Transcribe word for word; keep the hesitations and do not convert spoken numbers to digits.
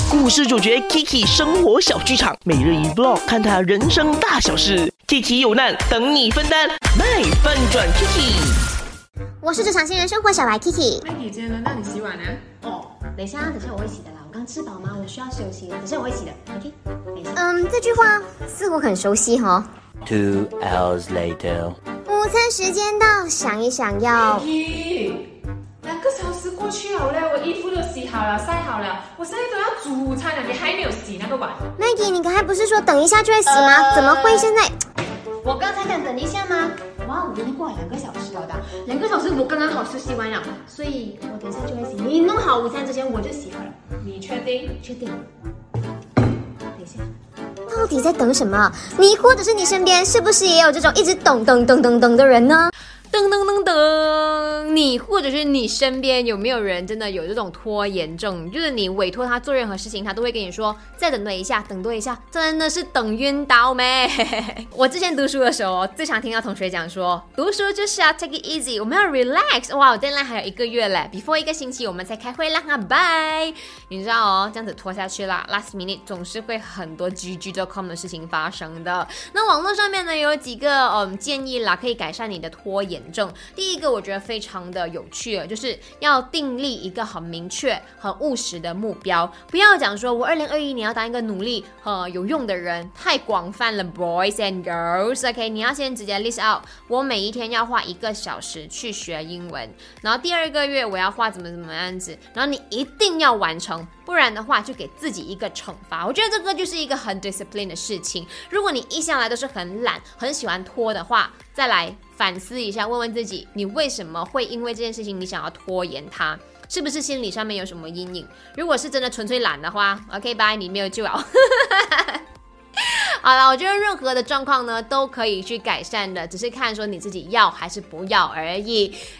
故事主角 Kiki 生活小剧场，每日一 vlog， 看她人生大小事。Kiki 有难等你分担，卖翻转 Kiki。 我是职场新人生活小白 Kiki。 Maggie， 今天轮到你洗碗了。 哦，等一下，等一下我会洗的啦。我刚吃饱吗？我需要休息，等一下我会洗的。OK， 等一下。 嗯，这句话似乎很熟悉哈。 Two hours later。 午餐时间到，想一想要。 Maggie， 两个小时过去了嘞，我衣服都洗好了，晒好了，我现在都要煮午餐了，你还没有洗那个碗。 Maggie， 你刚才不是说等一下就会洗吗？呃、怎么会现在？ 我刚才讲等一下吗？哇，我已经过了两个小时了的，两个小时我刚刚好休息完了，所以我等一下就会洗。你弄好午餐之前我就洗好了。 你确定？ 确定。等一下。 到底在等什么？你或者是你身边是不是也有这种一直等等等等等的人呢？ 噔噔噔噔，你或者是你身边有没有人真的有这种拖延症？就是你委托他做任何事情，他都会跟你说再等多一下，等多一下，真的是等晕倒咩？我之前读书的时候，最常听到同学讲说，读书就是要 take it easy， 我们要 relax。哇，我 deadline 还有一个月嘞 ，before 一个星期我们才开会啦，拜。你知道哦，这样子拖下去啦 ，last minute 总是会很多 G G 点 com 的事情发生的。那网络上面呢有几个嗯建议啦，可以改善你的拖延症。第一个我觉得非常的有趣，就是要订立一个很明确很务实的目标，不要讲说我二零二一年要当一个努力呃有用的人，太广泛了 boys and girls。 OK， 你要先直接 list out， 我每一天要花一个小时去学英文，然后第二个月我要花怎么怎么样子，然后你一定要完成，不然的话就给自己一个惩罚。我觉得这个就是一个很 discipline 的事情。如果你一向来都是很懒很喜欢拖的话，再来反思一下，问问自己，你为什么会因为这件事情你想要拖延它？是不是心理上面有什么阴影？如果是真的纯粹懒的话 OK bye， 你没有救了。好了，我觉得任何的状况呢都可以去改善的，只是看说你自己要还是不要而已。